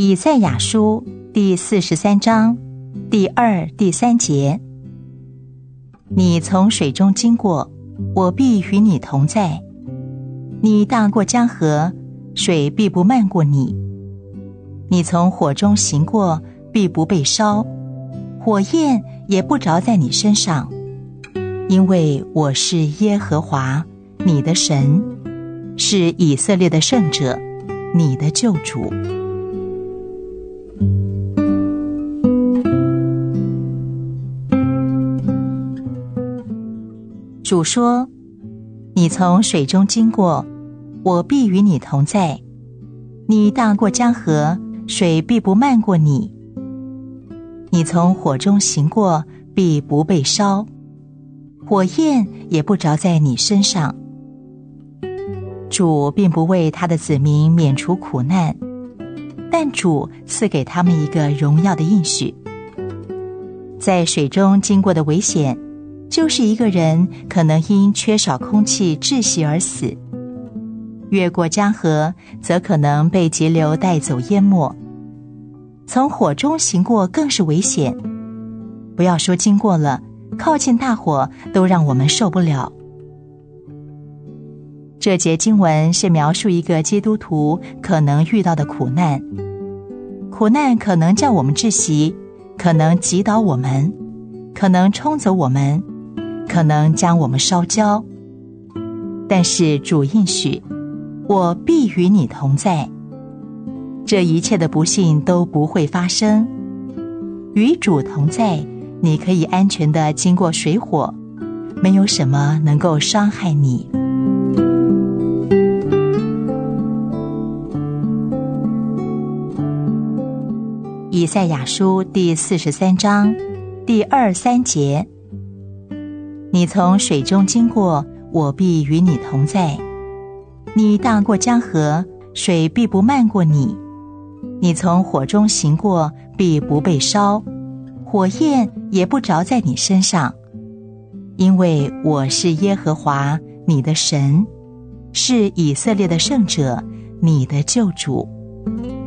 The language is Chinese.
以赛亚书第43章第2、第3节。你从水中经过，我必与你同在。你大过江河，水必不漫过你。你从火中行过，必不被烧，火焰也不着在你身上，因为我是耶和华你的神，是以色列的圣者，你的救主。主说，你从水中经过，我必与你同在。你大过江河，水必不漫过你。你从火中行过，必不被烧，火焰也不着在你身上。主并不为他的子民免除苦难，但主赐给他们一个荣耀的应许。在水中经过的危险，就是一个人可能因缺少空气窒息而死，越过江河则可能被急流带走淹没，从火中行过更是危险，不要说经过了，靠近大火都让我们受不了。这节经文是描述一个基督徒可能遇到的苦难，苦难可能叫我们窒息，可能击倒我们，可能冲走我们，可能将我们烧焦，但是主应许，我必与你同在。这一切的不幸都不会发生。与主同在，你可以安全地经过水火，没有什么能够伤害你。以赛亚书第43章第2、3节。你从水中经过，我必与你同在。你大过江河，水必不漫过你。你从火中行过，必不被烧，火焰也不着在你身上，因为我是耶和华你的神，是以色列的圣者，你的救主。